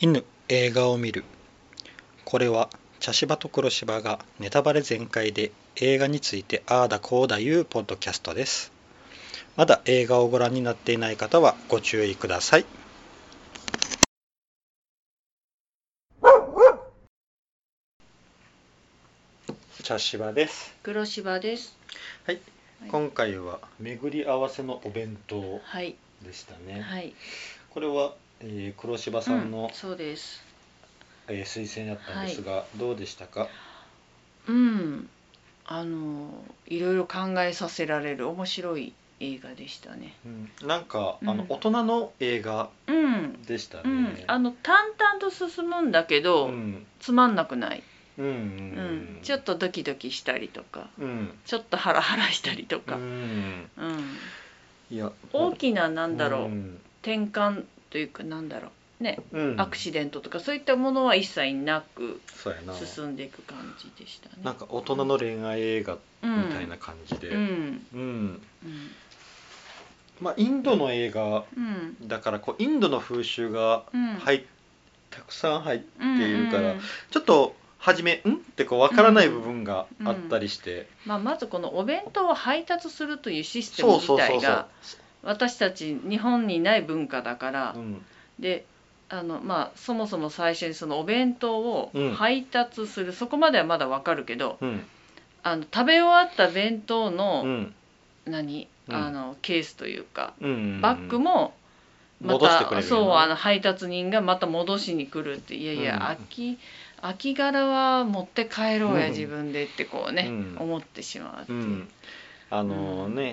犬映画を見る。これは茶芝と黒芝がネタバレ全開で映画についてああだこうだいうポッドキャストです。まだ映画をご覧になっていない方はご注意ください。茶芝です。 黒芝です。 はい、今回は巡り合わせのお弁当でしたね。 はい。 これは、黒芝さんの、 そうです。 推薦だったんですが、どうでしたか？ いろいろ考えさせられる面白い映画でしたね。 なんか、大人の映画でしたね。 淡々と進むんだけど、つまんなくない。ちょっとドキドキしたりとか、ちょっとハラハラしたりとか、 いや大きな転換というかアクシデントとかそういったものは一切なく進んでいく感じでしたね。 なんか大人の恋愛映画みたいな感じで、まあインドの映画だからこうインドの風習がたくさん入っているから、ちょっと初めってこう分からない部分があったりして、 まずこのお弁当を配達するというシステム自体が私たち日本にない文化だから、でそもそも最初にそのお弁当を配達する、そこまではまだわかるけど、食べ終わった弁当の、ケースというか、バッグもまた配達人がまた戻しに来るって、空き殻は持って帰ろうや自分でってこうね、思ってしまうっていう。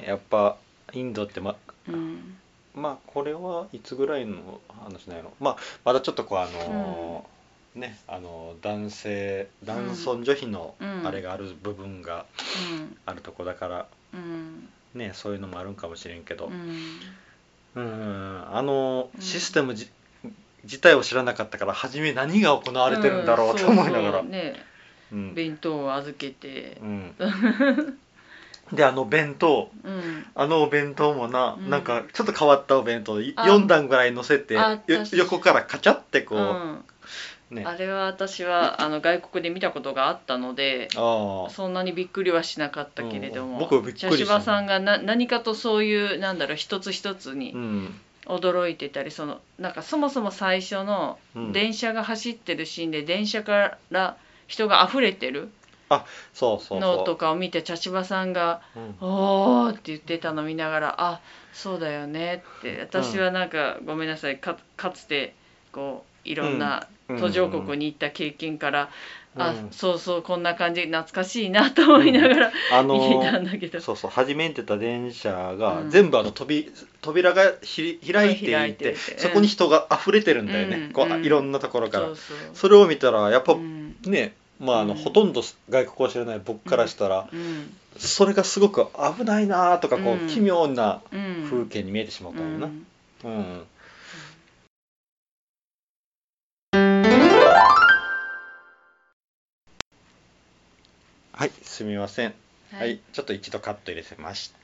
やっぱインドってまあこれはいつぐらいの話なの？まだちょっとこう男尊女卑のあれがある部分があるとこだから、そういうのもあるんかもしれんけど、システム自体を知らなかったから初め何が行われてるんだろうと思いながら、 弁当を預けて、 でお弁当もなんかちょっと変わったお弁当4段ぐらい乗せて横からカチャってこう、 あれは私は外国で見たことがあったのでそんなにびっくりはしなかったけれども、茶芝さんが何かとそういう一つ一つに驚いてたり、そもそも最初の電車が走ってるシーンで電車から人が溢れてるのとかを見て茶芝さんが「おー」って言ってたの見ながら、あ、そうだよねって。私はごめんなさい、かつてこういろんな途上国に行った経験から、そうそうこんな感じ懐かしいなと思いながら見ていたんだけど、 初めに出た電車が全部扉が開いていて、そこに人が溢れてるんだよね、こういろんなところから。それを見たらやっぱね、ほとんど外国を知らない僕からしたら、それがすごく危ないなとかこう奇妙な風景に見えてしまったんだよな。はい、すみません。はい、ちょっと一度カット入れてました。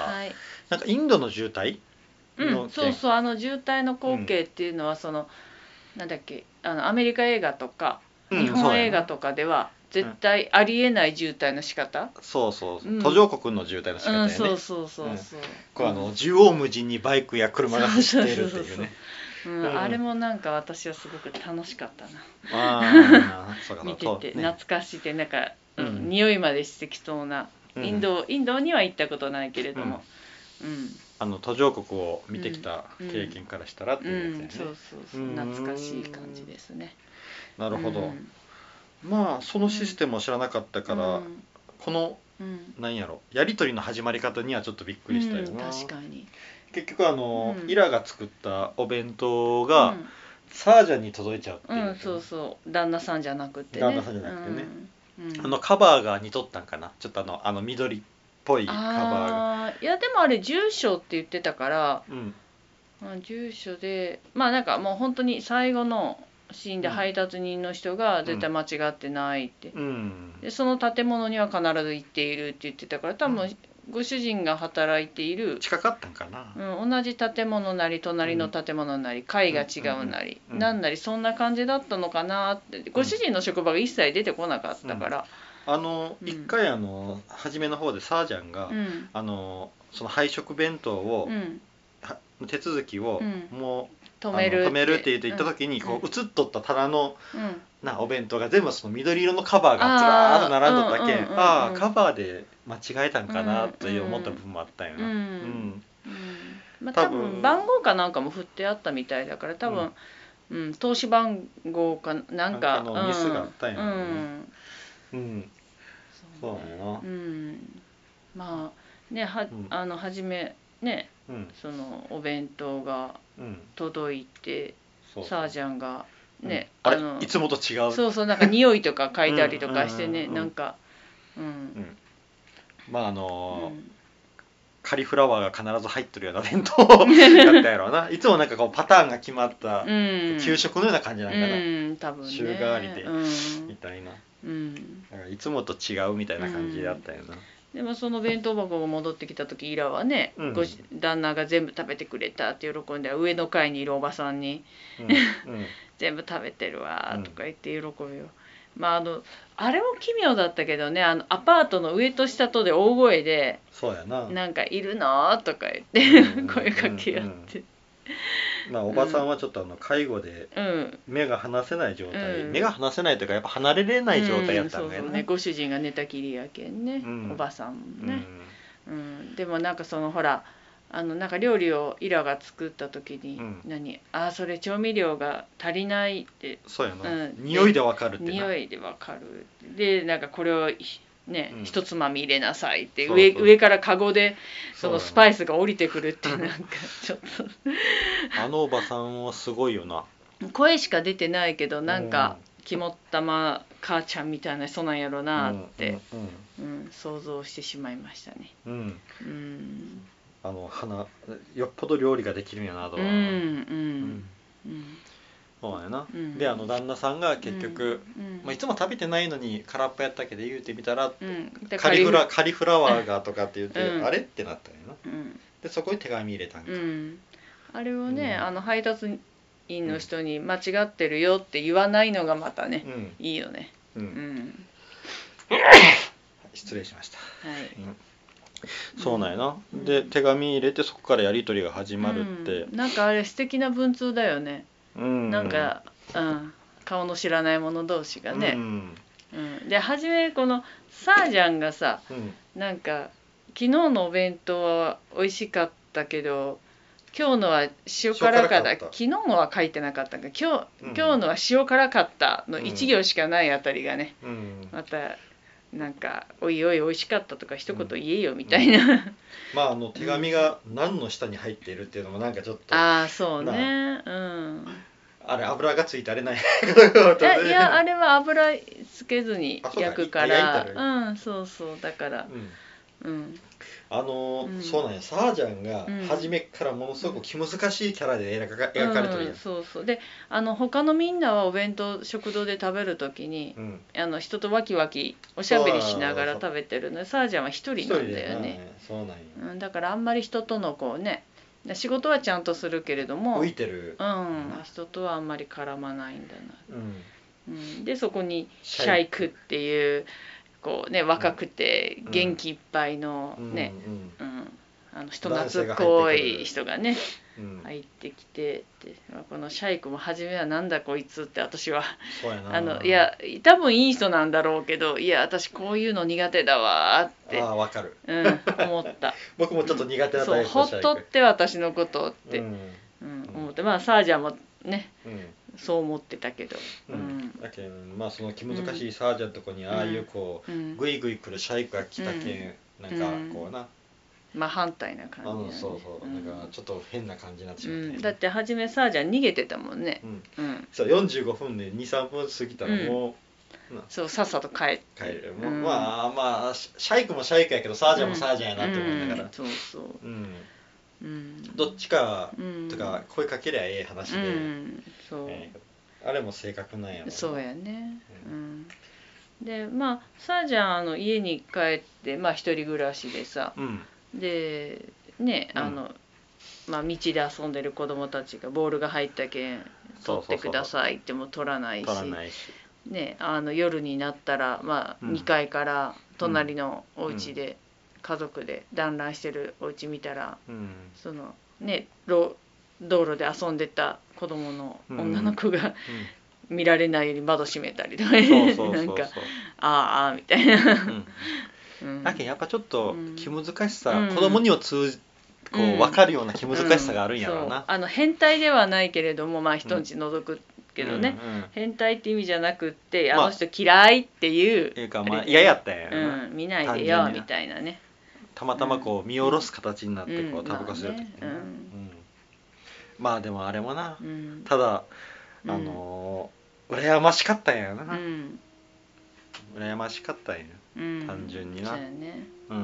なんかインドの渋滞の渋滞の光景っていうのはアメリカ映画とか日本映画とかでは絶対ありえない渋滞の仕方。 途上国の渋滞の仕方やね。こう縦横無尽にバイクや車が走っているっていうね。 あれも私はすごく楽しかったな。見てて懐かしいって匂いまでしてきそうな。インドには行ったことないけれども、 途上国を見てきた経験からしたらっていうやつやね。 懐かしい感じですね。 なるほど。そのシステムを知らなかったから、このやり取りの始まり方にはちょっとびっくりしたよな。 確かに。 結局イラが作ったお弁当がサージャンに届いちゃうっていう。 旦那さんじゃなくてね。 カバーが似とったんかな、ちょっと緑っぽいカバーが。 いやでもあれ住所って言ってたから、住所でもう本当に最後のシーンで配達人の人が絶対間違ってないって、でその建物には必ず行っているって言ってたから、多分ご主人が働いている近かったんかな、 同じ建物なり隣の建物なり階が違うなり、なんなりそんな感じだったのかなって。ご主人の職場が一切出てこなかったから、 一回初めの方でサージャンが、その配食弁当を、手続きをもう止めるって言った時に、こう映っとった棚の、お弁当が全部その緑色のカバーがずらーっと並んどったけん、カバーで間違えたんかなと思った部分もあったよな。 多分番号かなんかも振ってあったみたいだから、多分、投資番号かなんかのミスがあったんやろね。そうやな。 まあね、初めね、そのお弁当が届いて、サージャンがね、 いつもと違う。 そうなんか匂いとか嗅いだりとかしてね、なんかまあカリフラワーが必ず入ってるような弁当だったやろうな。いつもなんかこうパターンが決まった給食のような感じなんかな、 多分ね、 週替わりで、みたいな、だからいつもと違うみたいな感じだったよな。 でもその弁当箱が戻ってきた時、イラはね、旦那が全部食べてくれたって喜んで、上の階にいるおばさんに全部食べてるわとか言って喜ぶよ。まああれも奇妙だったけどね、アパートの上と下とで大声で「 そうやな、 なんかいるの?」とか言って声かけ合って。 まあおばさんはちょっと介護で目が離せない状態、目が離せないというかやっぱ離れれない状態やったんだよね。 ご主人が寝たきりやけんね、おばさんもね。でもなんかそのほらなんか料理をイラが作った時にそれ調味料が足りないって、 そうやな、匂いでわかるって、 匂いでわかるで、なんかこれをね、一つまみ入れなさいって、上からカゴでそのスパイスが降りてくるって、なんかちょっとおばさんはすごいよな。 声しか出てないけど、なんか肝っ玉母ちゃんみたいな人なんやろなって想像してしまいましたね。 よっぽど料理ができるんやなとは。そうやな。で旦那さんが結局、いつも食べてないのに空っぽやったけど言うてみたら、カリフラワーがとかって言って、あれってなったんやな。でそこに手紙入れたんか。 あれをね、配達員の人に間違ってるよって言わないのがまたね、いいよね。 失礼しました。そうなんやな。で手紙入れてそこからやり取りが始まるって、 なんかあれ素敵な文通だよね。なんか、顔の知らない者同士がね。で初めこのサージャンがさ、なんか昨日のお弁当は美味しかったけど今日のは塩辛かった、昨日のは書いてなかったが、今日のは塩辛かったの1行しかないあたりがね、またなんかおいおい美味しかったとか一言言えよみたいな、 まあ手紙が何の下に入っているっていうのもなんかちょっと、 そうね、 あれ油がついてあれないいやあれは油つけずに焼くから、そうだからそうなんや、サージャンが初めからものすごく気難しいキャラで描かれてるやん。 そうで他のみんなはお弁当食堂で食べる時に、人とワキワキおしゃべりしながら食べてるので、サージャンは一人なんだよね。 そうなんや。 だからあんまり人とのこうね、仕事はちゃんとするけれども浮いてる、 人とはあんまり絡まないんだな。でそこにシャイクっていうこうね、若くて元気いっぱいのね、人懐っこい人がね入ってきてって、このシャイクも初めはなんだこいつって私は、いや多分いい人なんだろうけど、いや私こういうの苦手だわってわかる、 思った僕もちょっと苦手だった。 ほっとって私のことって思って、まあサージャンもねそう思ってたけど、 だけどまあその気難しいサージャンのとこにああいうこうグイグイ来るシャイクが来たけん、なんかこうな、 まあ反対な感じだね。 そうなんかちょっと変な感じになってしまって、 だって初めサージャン逃げてたもんね。 そう45分で 2,3 分過ぎたらもう、 そうさっさと帰る。まあシャイクもシャイクやけどサージャンもサージャンやなって思いながら、どっちかとか声かけりゃええ話で、あれも性格なんやろ。 そうやね。 でまあさあちゃん家に帰ってまあ一人暮らしでさ、でねまあ、道で遊んでる子供たちがボールが入ったけん取ってくださいっても取らないし、ね、夜になったら、まあ、2階から隣のお家で家族で団らんしてるお家見たら、そのね道路で遊んでた子供の女の子が、見られないように窓閉めたりとかね、なんかああみたいな。 だけどやっぱちょっと気難しさ、子供にもこう分かるような気難しさがあるんやろうな。 変態ではないけれども、まあ人んち覗くけどね、変態って意味じゃなくって、あの人嫌いっていう、 かまあ嫌やったんやろな、 見ないでよみたいなね。 たまたまこう見下ろす形になってこうタバコ吸う時に、まあでもあれもな、ただ羨ましかったんやな、羨ましかったんや、単純にな。そうやね。ま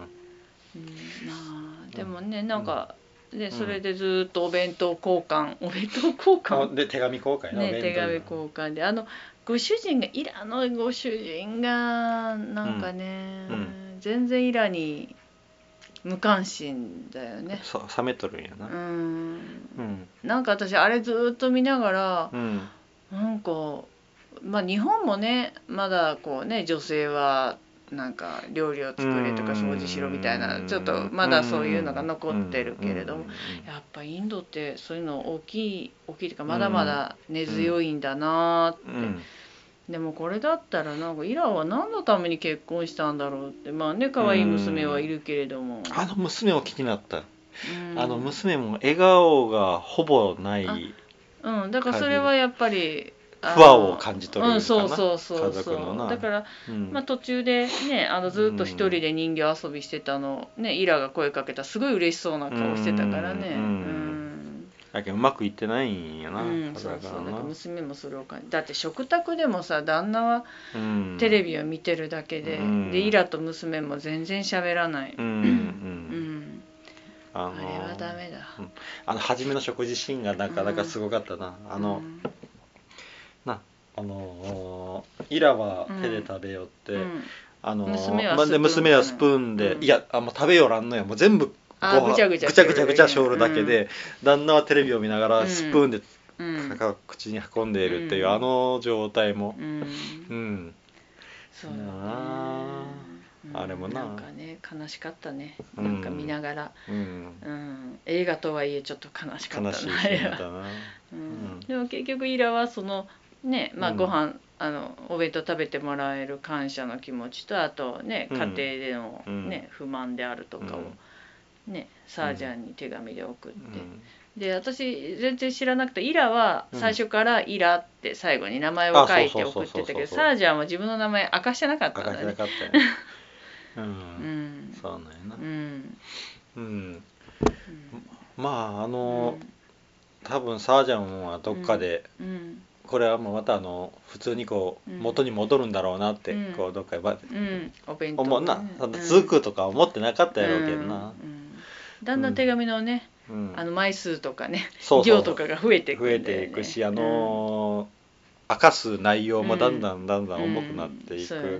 あでもね、なんかでそれでずっとお弁当交換で手紙交換ね、手紙交換でご主人がイラのご主人がなんかね、全然イラに無関心だよね。 そう冷めとるんやな。 なんか私あれずっと見ながら、なんかまあ日本もねまだこうね女性はなんか料理を作れとか掃除しろみたいなちょっとまだそういうのが残ってるけれども、やっぱインドってそういうの大きいというかまだまだ根強いんだなって。でもこれだったらなんかイラは何のために結婚したんだろうって、まあね可愛い娘はいるけれども、 娘も気になった。娘も笑顔がほぼない。 だからそれはやっぱり不和を感じ取るかな、 そうだから、まあ、途中でねずっと一人で人形遊びしてたのね、イラが声かけたらすごい嬉しそうな顔してたからね。 だけどうまくいってないんやな。 そうだから娘もそれを感じ、だって食卓でもさ旦那はテレビを見てるだけで、でイラと娘も全然喋らない。あれはダメだ。 初めの食事シーンがなかなかすごかったな。イラは手で食べよって、娘はスプーンで、いや食べよらんのや、もう全部ぐちゃぐちゃしょるだけで、旦那はテレビを見ながらスプーンで口に運んでいるっていうあの状態も、 そうだね。あれもなんかね悲しかったね、なんか見ながら、映画とはいえちょっと悲しかったな。でも結局イラはそのね、まあご飯お弁当食べてもらえる感謝の気持ちと、あとね家庭でのね不満であるとかをねサージャンに手紙で送って、で私全然知らなくて、イラは最初からイラって最後に名前を書いて送ってたけど、サージャンは自分の名前明かしてなかったんだね。 そうなんやな。まあ多分サージャンはどっかで、これはもうまた普通にこう元に戻るんだろうなって、こうどっかで思うな、続くとか思ってなかったやろうけどな。 だんだん手紙のね枚数とかね行とかが増えていくし、明かす内容もだんだん重くなっていく。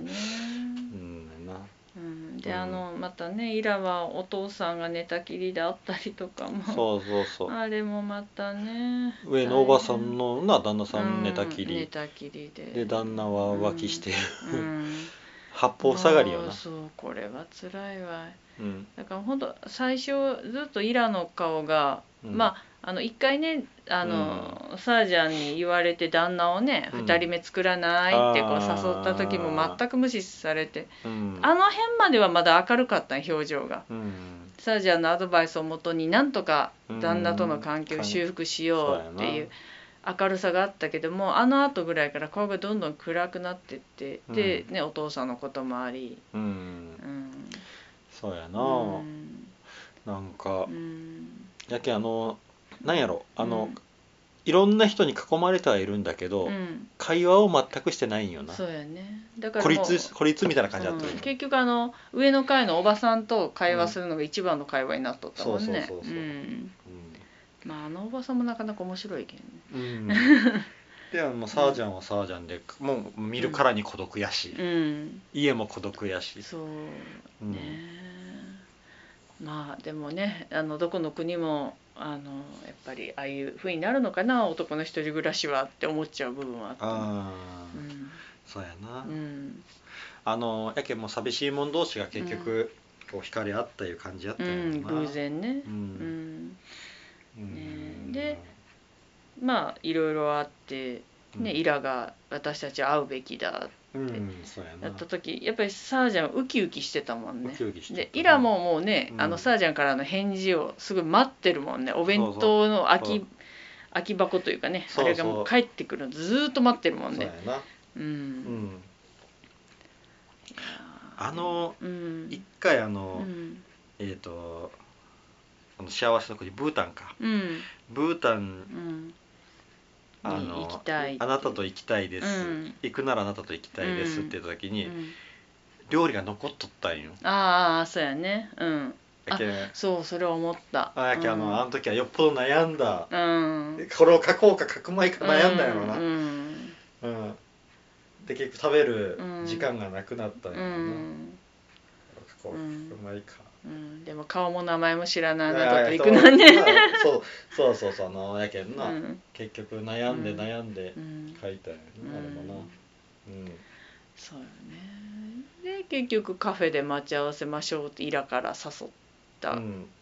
でまたねイラはお父さんが寝たきりであったりとかも、あれもまたね、 上のおばさんの旦那さん寝たきりで旦那は浮気してる、八方下がりよな。 そうこれは辛いわ。だから本当最初ずっとイラの顔が、まあ一回ねサージャンに言われて旦那をね、2人目作らないってこう誘った時も全く無視されて、あの辺まではまだ明るかった表情が、サージャンのアドバイスをもとになんとか旦那との関係を修復しようっていう明るさがあったけども、あの後ぐらいから顔がどんどん暗くなってって、でねお父さんのこともあり、 そうやな、なんかやけなんやろいろんな人に囲まれてはいるんだけど、会話を全くしてないんよな。 そうやね。だから孤立みたいな感じだった、 結局上の階のおばさんと会話するのが一番の会話になっとったもんね。まあおばさんもなかなか面白いけんね。 でもサージャンはサージャンでもう見るからに孤独やし、家も孤独やし、 そうね、まあでもねどこの国もやっぱりああいう風になるのかな、男の一人暮らしはって思っちゃう部分はあった。 そうやな、やけんもう寂しい者同士が結局こう惹かれ合ったいう感じやったよな、 偶然ね。でまあいろいろあってね、イラが私たちは会うべきだってやった時、やっぱりサージャンウキウキしてたもんね。でイラももうね、サージャンからの返事をすごい待ってるもんね。お弁当の空き箱というかね、あれがもう帰ってくるのずーっと待ってるもんね。 一回幸せの国ブータンか、ブータンあなたと行きたいです、行くならあなたと行きたいですって言った時に、料理が残っとったんよ。 ああそうやね。そう、それは思った。 やけあの時はよっぽど悩んだ、これを書こうか書くまいか悩んだよな。で結局食べる時間がなくなったんやろな。書くまいか。 でも顔も名前も知らないあなたと行くなんね。 そうやけんな、結局悩んで書いたんやな、あれもな。 そうよね。で結局カフェで待ち合わせましょうってイラから誘った。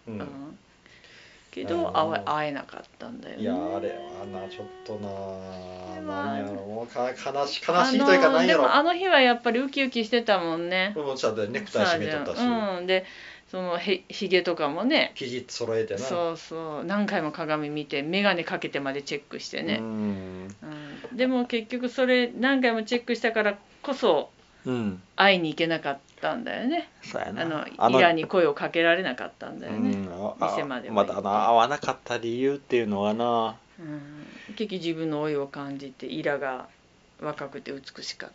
けど会えなかったんだよね。 いやあれはなちょっとなんやろ、もう悲しいというかなんやろ。 でもあの日はやっぱりウキウキしてたもんね。 もうちゃんとネクタイ締めとったし。 でそのひげとかもね生地揃えてな。 そう何回も鏡見て眼鏡かけてまでチェックしてね。でも結局それ何回もチェックしたからこそ会いに行けなかったんだよね。イラに声をかけられなかったんだよね。店までは。 まだ会わなかった理由っていうのはな、 結局自分の老いを感じてイラが若くて美しかった。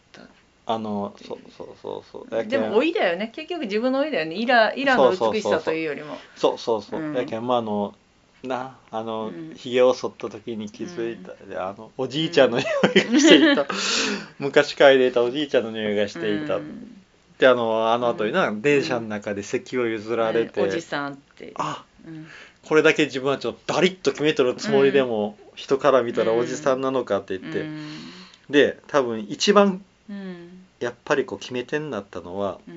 そうでも老いだよね、結局自分の老いだよね。イラの美しさというよりもやけんひげを剃った時に気づいた、おじいちゃんの匂いがしていた、昔嗅いでいたおじいちゃんの匂いがしていた、で後にな電車の中で席を譲られて、 おじさんってこれだけ自分はちょっとダリッと決めとるつもりでも、人から見たらおじさんなのかって言って、で多分一番やっぱりこう決め手になったのは、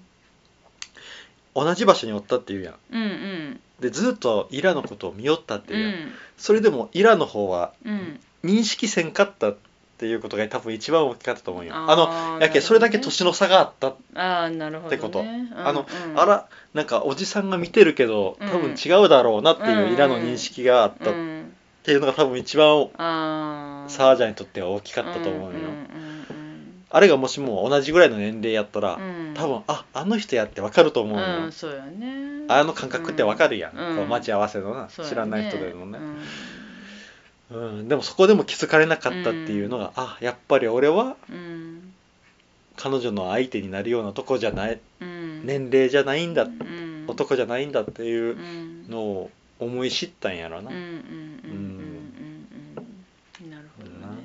同じ場所におったっていうやん、でずっとイラのことを見よったっていうやん、それでもイラの方は認識せんかったっていうことが多分一番大きかったと思うよ。やけそれだけ年の差があったってこと、なんかおじさんが見てるけど多分違うだろうなっていうイラの認識があったっていうのが多分一番サージャンにとっては大きかったと思うよ。あれがもしも同じぐらいの年齢やったら、多分あの人やって分かると思うよ。 そうやね。 あの感覚って分かるやん、こう待ち合わせのな、知らない人でもね。でもそこでも気づかれなかったっていうのが、やっぱり俺は彼女の相手になるようなとこじゃない、年齢じゃないんだ、男じゃないんだっていうのを思い知ったんやろな。なるほどね。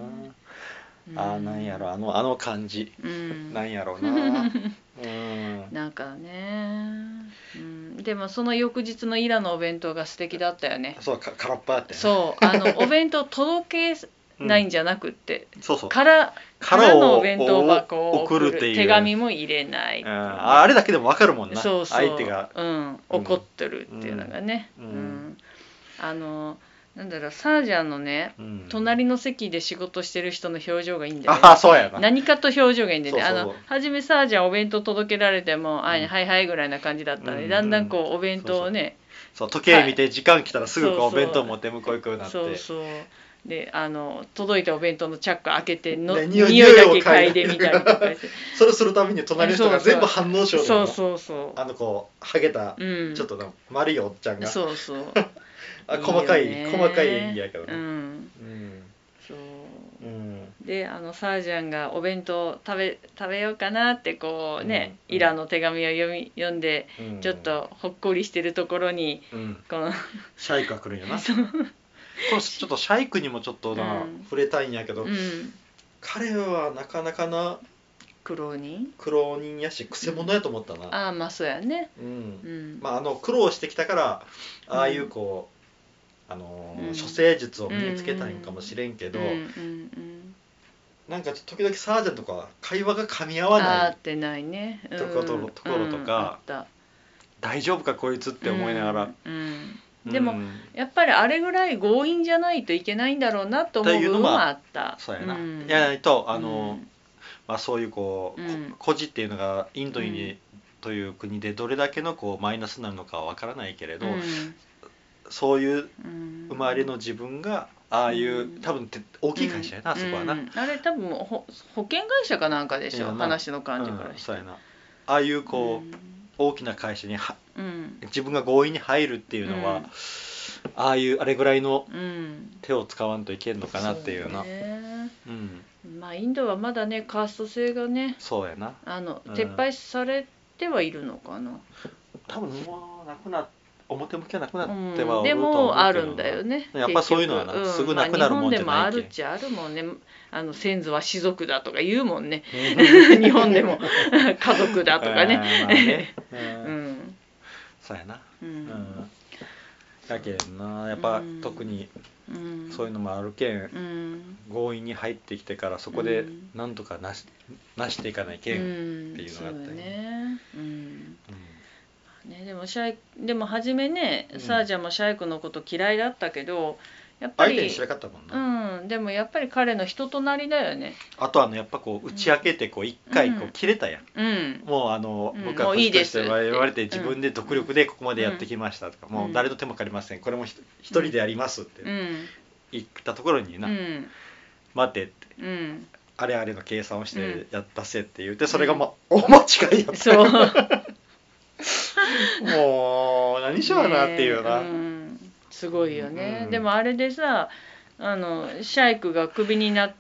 なんやろあの感じ、なんやろな。 なんかね、でもその翌日のイラのお弁当が素敵だったよね。 そう空っぽだったよね。 そうお弁当届けないんじゃなくって、空のお弁当箱を送るっていう、手紙も入れない、 あれだけでも分かるもんな、相手が怒ってるっていうのがね。なんだろう、サージャンのね、隣の席で仕事してる人の表情がいいんだよね。 そうやな。 何かと表情がいいんだよね。初めサージャンお弁当届けられても、はいはいぐらいな感じだったので、だんだんこうお弁当をね、 時計見て時間来たらすぐこうお弁当持って向こう行くようになって、 で届いたお弁当のチャック開けて匂いだけ嗅いでみたりとかしてそれするために隣の人が全部反応しようと、こうハゲたちょっと丸いおっちゃんが細かい演技やけどね。 でサージャンがお弁当食べようかなってこうね、イラの手紙を読んで、ちょっとほっこりしてるところに、このシャイクが来るんやな。 ちょっとシャイクにもちょっとな、触れたいんやけど、彼はなかなかな苦労人やし、くせ者やと思ったな。 あ、まあそうやね。 まあ苦労してきたからああいうこう処世術を身につけたいんかもしれんけど、なんか時々サージャンとか会話が噛み合わない合ってないね、 ところとか、大丈夫かこいつって思いながら、 でもやっぱりあれぐらい強引じゃないといけないんだろうなと思う部分はあった。 そうやな。やらないとまあそういうこう孤児っていうのがインドにという国でどれだけのこうマイナスなのかはわからないけれど、そういう生まれの自分がああいう多分大きい会社やな、そこはな。 あれ多分保険会社かなんかでしょ、話の感じからして。 そうやな。ああいうこう大きな会社に自分が強引に入るっていうのは、あれぐらいの手を使わんといけんのかなっていうな。まあインドはまだねカースト制がね、 そうやな、 撤廃されてはいるのかな。 多分もうなくな表向きはなくなってはおると思うけど、 でもあるんだよね。 やっぱそういうのはな、すぐなくなるもんじゃないけん。 日本でもあるっちゃあるもんね。先祖は士族だとか言うもんね。日本でも家族だとかね。 そうやな。だけどな、やっぱ特にそういうのもあるけん、強引に入ってきてからそこでなんとかなしていかないけんっていうのがあったね。 でも初めね、サージャンもシャイクのこと嫌いだったけど、やっぱり相手にしなかったもんな。 でもやっぱり彼の人となりだよね。 あとやっぱこう打ち明けてこう一回こう切れたやん。もう僕はこっちとして言われて自分で独力でここまでやってきましたとか、もう誰の手も借りません、これも一人でやりますって言ったところにな、待てって、あれあれの計算をしてやったせって言って、それが大間違いやった。そうもう何しようなっていうな、 すごいよね。でもあれでさ、シャイクがクビになって、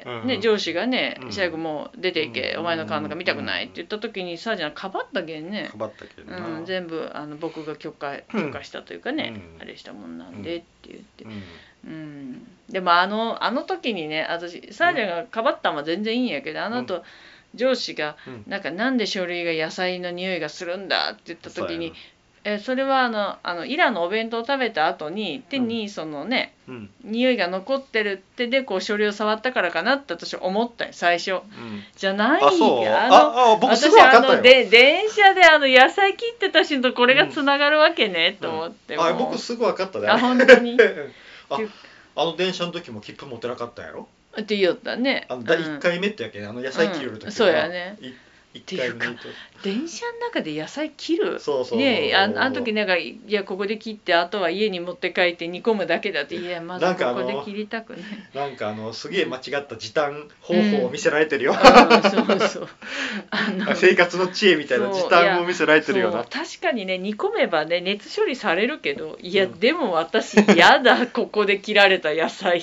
上司がね、シャイクもう出ていけ、お前の顔なんか見たくないって言った時にサージャンかばったけんね。全部僕が許可したというかね、あれしたもんなんでって言って、でもあの時にね、私サージャンがかばったのは全然いいんやけど、後上司がなんで書類が野菜の匂いがするんだって言った時に、それはイランのお弁当を食べた後に手にそのね、匂いが残ってるってでこう書類を触ったからかなって私は思ったよ最初、じゃないよ。私電車で野菜切ってたしとこれがつながるわけね、と思って。 僕すぐ分かったね。 本当に電車の時も切符持ってなかったんやろって言ったね。 1回目ってやけん、野菜切る時はそうやね。 っていうか電車の中で野菜切るね、あの時なんかいやここで切ってあとは家に持って帰って煮込むだけだって、いやまずここで切りたくない。 なんかすげえ間違った時短方法を見せられてるよ。 そうそう生活の知恵みたいな時短を見せられてるよな。 確かにね、煮込めばね熱処理されるけど、いやでも私やだここで切られた野菜って。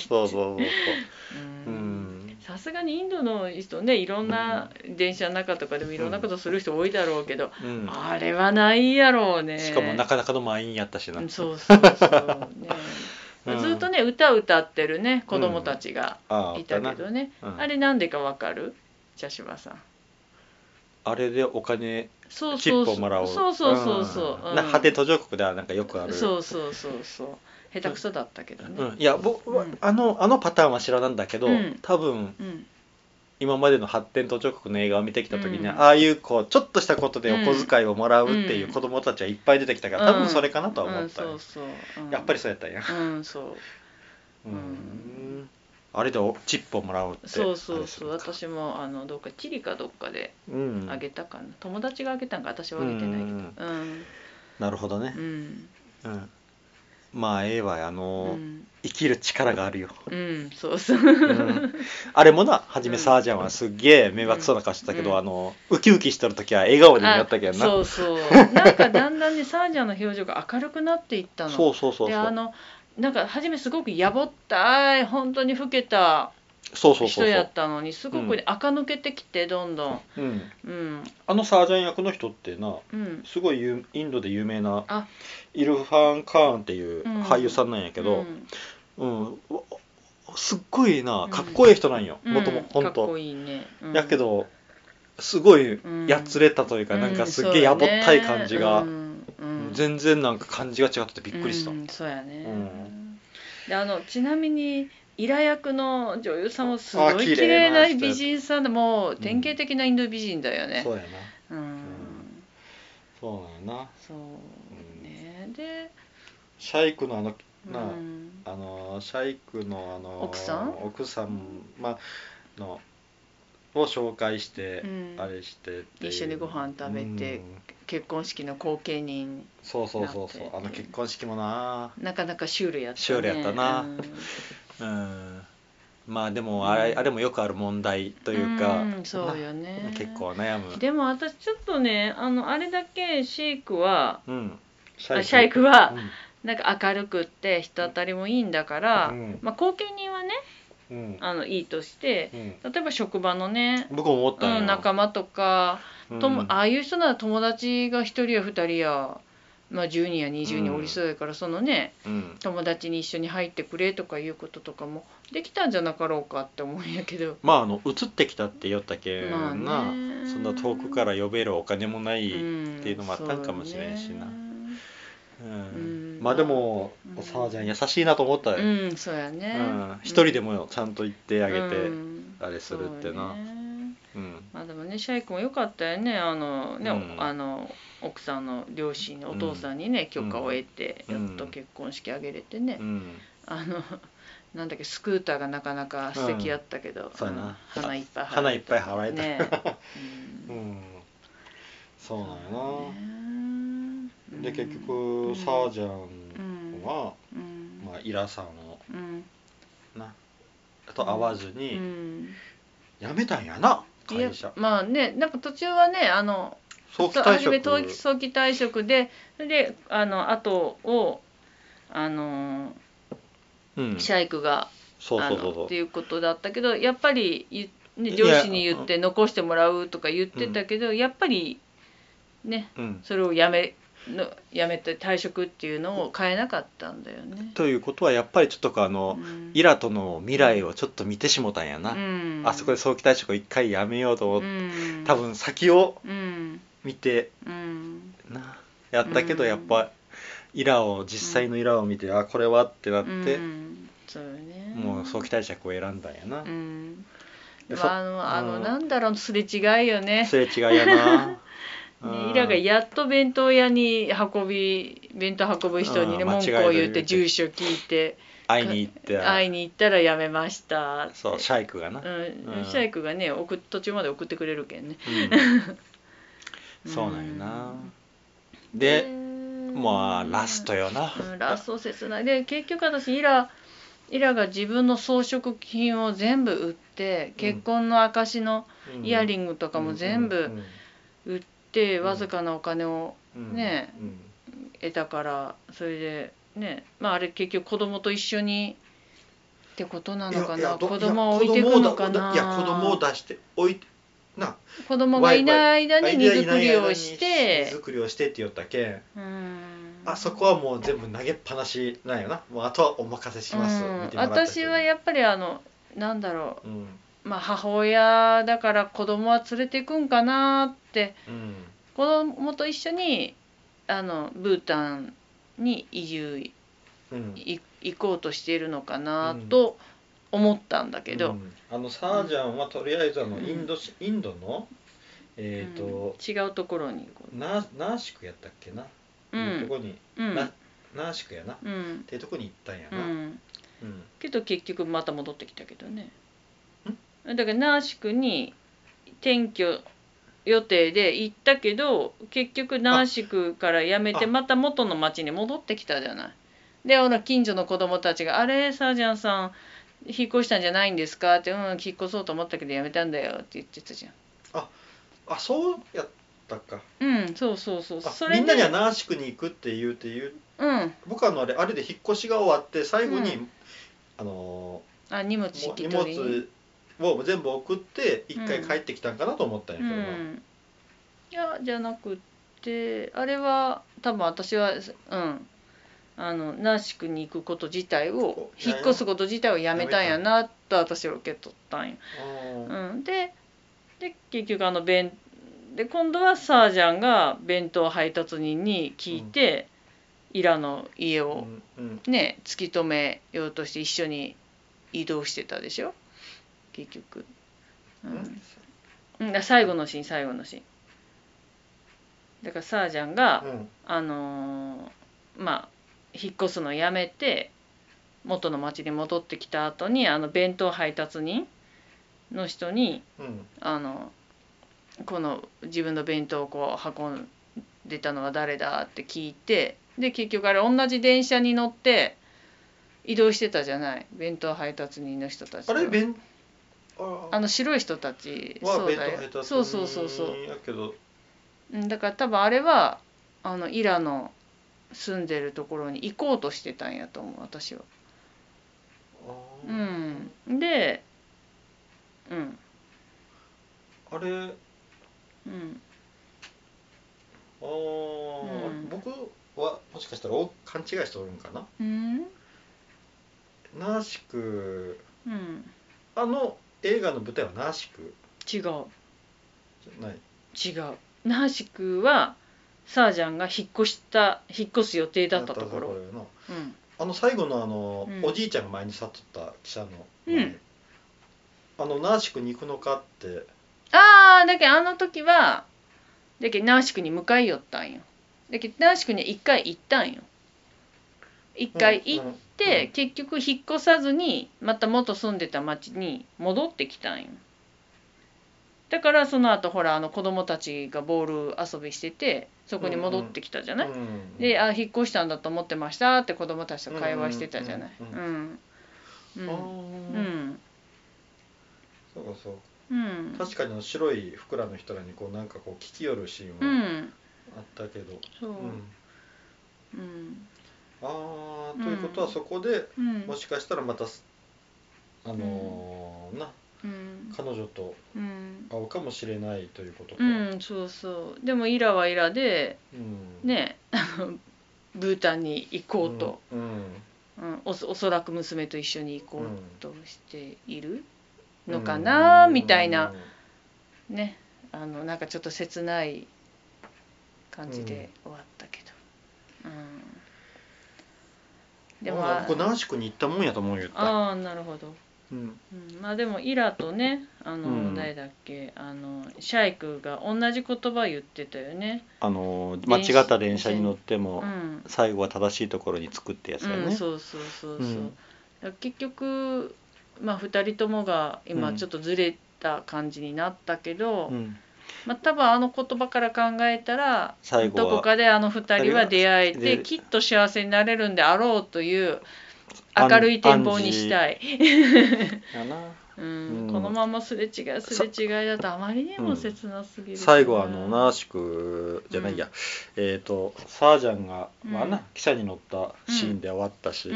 さすがにインドの人ね、いろんな電車の中とかでもいろんなことする人多いだろうけど、あれはないやろうね。 しかもなかなかの満員やったしな。 そうそうね。ずっとね歌ってるね子供たちがいたけどね、あれなんでかわかる？茶芝さん。 あれでお金チップをもらう。 そう派手途上国ではなんかよくある。 そう下手くそだったけどね。 いや僕あのパターンは知らなんだけど、多分今までの発展途上国の映画を見てきた時に、ああいうこうちょっとしたことでお小遣いをもらうっていう子供たちはいっぱい出てきたから、多分それかなとは思った。やっぱりそうやったんや。あれでチップをもらうって。 そう私もどっかチリかどっかであげたかな、友達があげたんか私はあげてないけど。 なるほどね。まあ生きる力があるよ。あれもな、はじめサージャンはすっげえ迷惑そうな顔してたけど、ウキウキしてる時は笑顔でやったけどな。 なんかだんだんねサージャンの表情が明るくなっていったの。でなんか初めすごくやぼったい本当に老けた人やったのに、すごく垢抜けてきてどんどん。 サージャン役の人ってな、すごいインドで有名なイルファン・カーンっていう俳優さんなんやけど、 すっごいなかっこいい人なんよ、もとも本当かっこいいね、 やけどすごいやつれたというか、なんかすっげえやぼったい感じが、全然なんか感じが違っててびっくりした。 そうやね、でちなみにイラ役の女優さんもすごい綺麗な美人さんで、もう典型的なインド美人だよね。 そうやな。そうなんやな。 そうね。でシャイクのシャイクの奥さんのを紹介して、あれして一緒にご飯食べて、結婚式の後見人。 そう結婚式もなかなかシュールやったね。 シュールやったな。まあでもあれもよくある問題というか、 そうよね、 結構悩む。 でも私ちょっとねあれだけシェイクは、シャイクは、なんか明るくって人当たりもいいんだから、まあ後見人はね、いいとして、例えば職場のね、 僕も思ったんよ、 仲間とか、ああいう人なら友達が1人や2人や、まあ、10人や20人おりそうやから、そのね、友達に一緒に入ってくれとかいうこととかもできたんじゃなかろうかって思うんやけど、 まあ移ってきたって言ったけんな、そんな遠くから呼べるお金もないっていうのもあったんかもしれんしな。まあでもサージャン優しいなと思ったよ。 そうやね。 一人でもちゃんと言ってあげてあれするってな。 まあでもね、シャイクも良かったよね。奥さんの両親お父さんにね許可を得てやっと結婚式挙げれてね。なんだっけ、スクーターがなかなか素敵やったけど、花いっぱい払えたね。そうなんやな。で結局サージャンはまあイラさんをなと会わずに辞めたんやな、会社。 まあね、なんか途中はね早期退職で、それで後をシャイクがっていうことだったけど、やっぱり、ね、上司に言って残してもらうとか言ってたけど、やっぱりね、それをやめて退職っていうのを変えなかったんだよね。 ということはやっぱりちょっとイラとの未来をちょっと見てしもたんやな。あそこで早期退職を一回やめようと思って、多分先を見てなやったけど、やっぱ実際のイラを見て、これはってなって、もう早期退職を選んだんやな。 なんだろう、すれ違いよね。 すれ違いやな。 イラがやっと弁当屋に弁当運ぶ人にね、文句を言って住所聞いて会いに行ったらやめましたって。 そう、シャイクがな、 シャイクがね途中まで送ってくれるけんね。 そうなんよな。でまあラストよな。 ラスト切ないで、結局私イラが自分の装飾品を全部売って、結婚の証のイヤリングとかも全部売ってわずかなお金をね得たから、それでね、まああれ結局子供と一緒にってことなのかな。子供を置いていくのかな。 いや子供を出して置いてな、 子供がいない間に荷造りをしてって言ったけん、あそこはもう全部投げっぱなしなんよな。もうあとはお任せします。 私はやっぱりなんだろう、まあ母親だから子供は連れていくんかなって、子供と一緒にブータンに移住行こうとしているのかなと思ったんだけど、 サージャンはとりあえずインドの違うところにナーシクやったっけな、とこにナーシクやな、っていうとこに行ったんやな。 けど結局また戻ってきたけどね。だからナーシクに転居予定で行ったけど、結局ナーシクから辞めてまた元の町に戻ってきたじゃない。で近所の子供たちが「あれサージャンさん引っ越したんじゃないんですか?」って「引っ越そうと思ったけど辞めたんだよ」って言ってたじゃん。 そうやったか。 そうそれでみんなにはナーシクに行くって言う僕はあれで引っ越しが終わって最後に、 荷物を全部送って一回帰ってきたんかなと思ったんやけどな。 いやじゃなくって、あれは多分私はナーシクに行くこと自体を引っ越すこと自体をやめたんやなと私は受け取ったんよ。で結局で今度はサージャンが弁当配達人に聞いて、イラの家をね突き止めようとして一緒に移動してたでしょ結局。最後のシーンだからサージャンが、引っ越すのやめて元の町に戻ってきた後に弁当配達人の人に、この自分の弁当をこう運んでたのは誰だって聞いて、で結局あれ同じ電車に乗って移動してたじゃない、弁当配達人の人たち。白い人たち。そうだよ。そうやけど、だから多分あれはイラの住んでるところに行こうとしてたんやと思う私は。であれ僕はもしかしたら勘違いしておるんかな。ナーシク、映画の舞台はナーシク。 違う。違う。ナーシクはサージャンが引っ越す予定だったところ。 最後のおじいちゃんが前に去っとった記者の前、ナーシクに行くのかって。 だけどあの時はナーシクに向かい寄ったんよ。だけどナーシクに一回行ったんよ。一回行って、結局引っ越さずにまた元住んでた町に戻ってきたんよ。だからその後ほら子供たちがボール遊びしててそこに戻ってきたじゃない。で引っ越したんだと思ってましたって子供たちと会話してたじゃない。 そう確かに白いふくらの人らになんか聞き寄るシーンはあったけど。ということはそこで、もしかしたらまた彼女と会うかもしれないということか。 そうでもイラはイラで、ねブータンに行こうと、おそらく娘と一緒に行こうとしているのかな、みたいなね、なんかちょっと切ない感じで終わったけど。 でも僕ナーシクに行ったもんやと思うよ。 なるほど。まあでもイラとね誰だっけシャイクが同じ言葉言ってたよね。 間違った電車に乗っても、最後は正しいところに着くってやつだよね。 結局2人ともが今ちょっとずれた感じになったけど、多分言葉から考えたらどこかで2人は出会えてきっと幸せになれるんであろうという明るい展望にしたい。このまますれ違いだとあまりにも切なすぎる。 最後ナーシクじゃないや、サージャンが汽車に乗ったシーンで終わったし、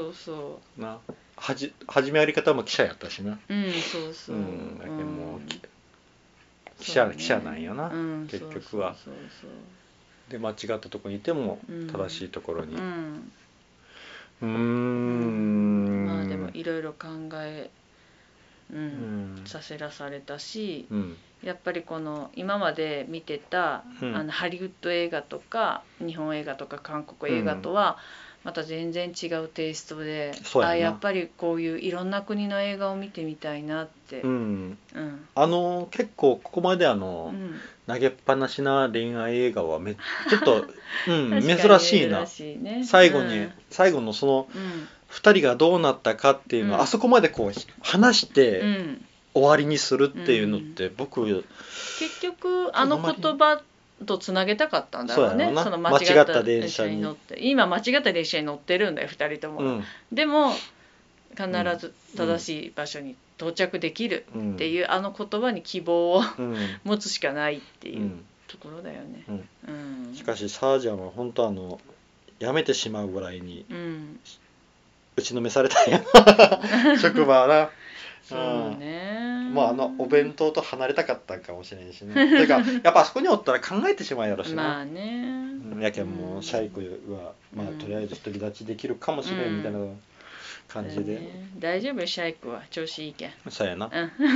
始めやり方も汽車やったしな。だけども汽車なんよな、結局は。で間違ったところにいても正しいところに。 まあでもいろいろ考えさせらされたし、やっぱりこの今まで見てたハリウッド映画とか日本映画とか韓国映画とはまた全然違うテイストで、やっぱりこういういろんな国の映画を見てみたいなって。 結構ここまで投げっぱなしな恋愛映画はちょっと、珍しいな。最後のその2人がどうなったかっていうのは、あそこまで話して終わりにするっていうのって、僕結局言葉とつなげたかったんだろうね。その間違った電車に乗って、今間違った電車に乗ってるんだよ2人とも。でも必ず正しい場所に到着できるっていう言葉に希望を持つしかないっていうところだよね。 しかしサージャンは本当やめてしまうぐらいに打ちのめされたんや職場はな。 そうね、 まあお弁当と離れたかったんかもしれんしねてかやっぱあそこにおったら考えてしまうやろしな。 まあね、 やけんもうシャイクは、まあとりあえず独り立ちできるかもしれんみたいな感じで、 大丈夫シャイクは調子いいけん。 そうやな、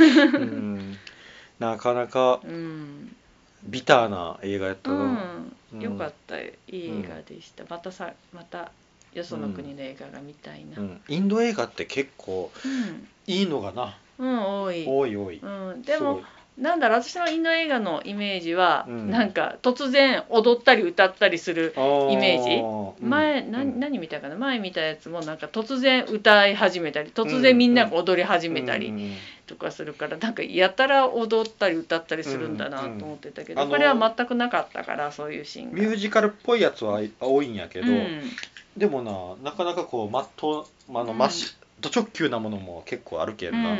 なかなかビターな映画やったな。 よかった映画でした。またよその国の映画が見たいな。 インド映画って結構いいのがな。 多い。でもなんだろう、私のインド映画のイメージは、なんか突然踊ったり歌ったりするイメージ。前何見たかな、前見たやつもなんか突然歌い始めたり突然みんなが踊り始めたりとかするから、なんかやたら踊ったり歌ったりするんだなと思ってたけど、これは全くなかったから、そういうシーンが。 ミュージカルっぽいやつは多いんやけど、でもなかなかこうド直球なものも結構あるけんな。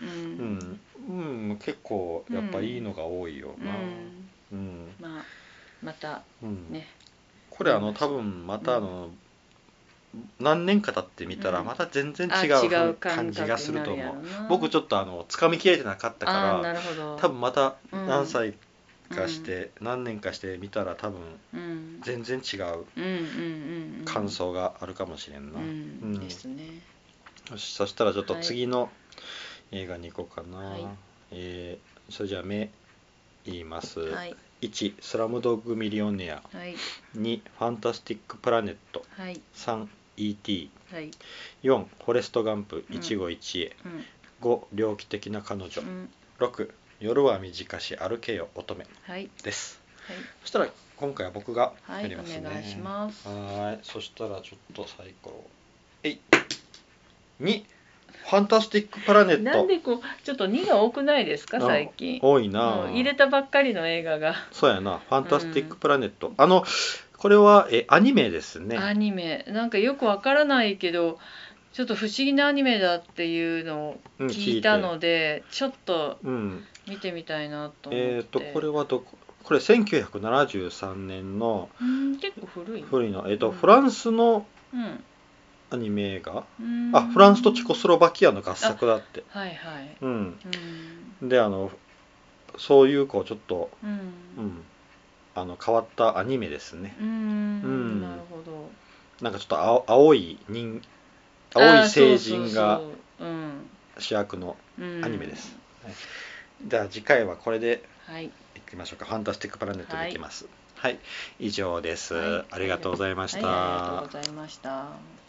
結構やっぱいいのが多いよな。 またね、 これ多分また何年か経ってみたらまた全然違う感じがすると思う。僕ちょっとつかみきれてなかったから多分また何歳かして何年かしてみたら多分全然違う感想があるかもしれんな。 ですね。 そしたらちょっと次の映画に行こうかな。それじゃあ目言います。1スラムドッグミリオネア、2ファンタスティックプラネット、3 E.T、4フォレストガンプ一期一会、5猟奇的な彼女、6夜は短し歩けよ乙女です。そしたら今回は僕がやりますね。 お願いします。 そしたらちょっとサイコロ2ファンタスティックプラネット。 なんでちょっと2が多くないですか最近。 多いな。 入れたばっかりの映画が。 そうやな。ファンタスティックプラネット。これはアニメですね。 アニメなんかよくわからないけどちょっと不思議なアニメだっていうのを聞いたので、ちょっと見てみたいなと思って。 これはこれ1973年の結構古いのフランスのアニメ映画。フランスとチェコスロバキアの合作だって。でそういうちょっと変わったアニメですね。 なるほど。 なんかちょっと青い星人が主役のアニメです。じゃあ次回はこれでいきましょうか。ファンタスティックプラネットでいきます。以上です。ありがとうございました。 ありがとうございました。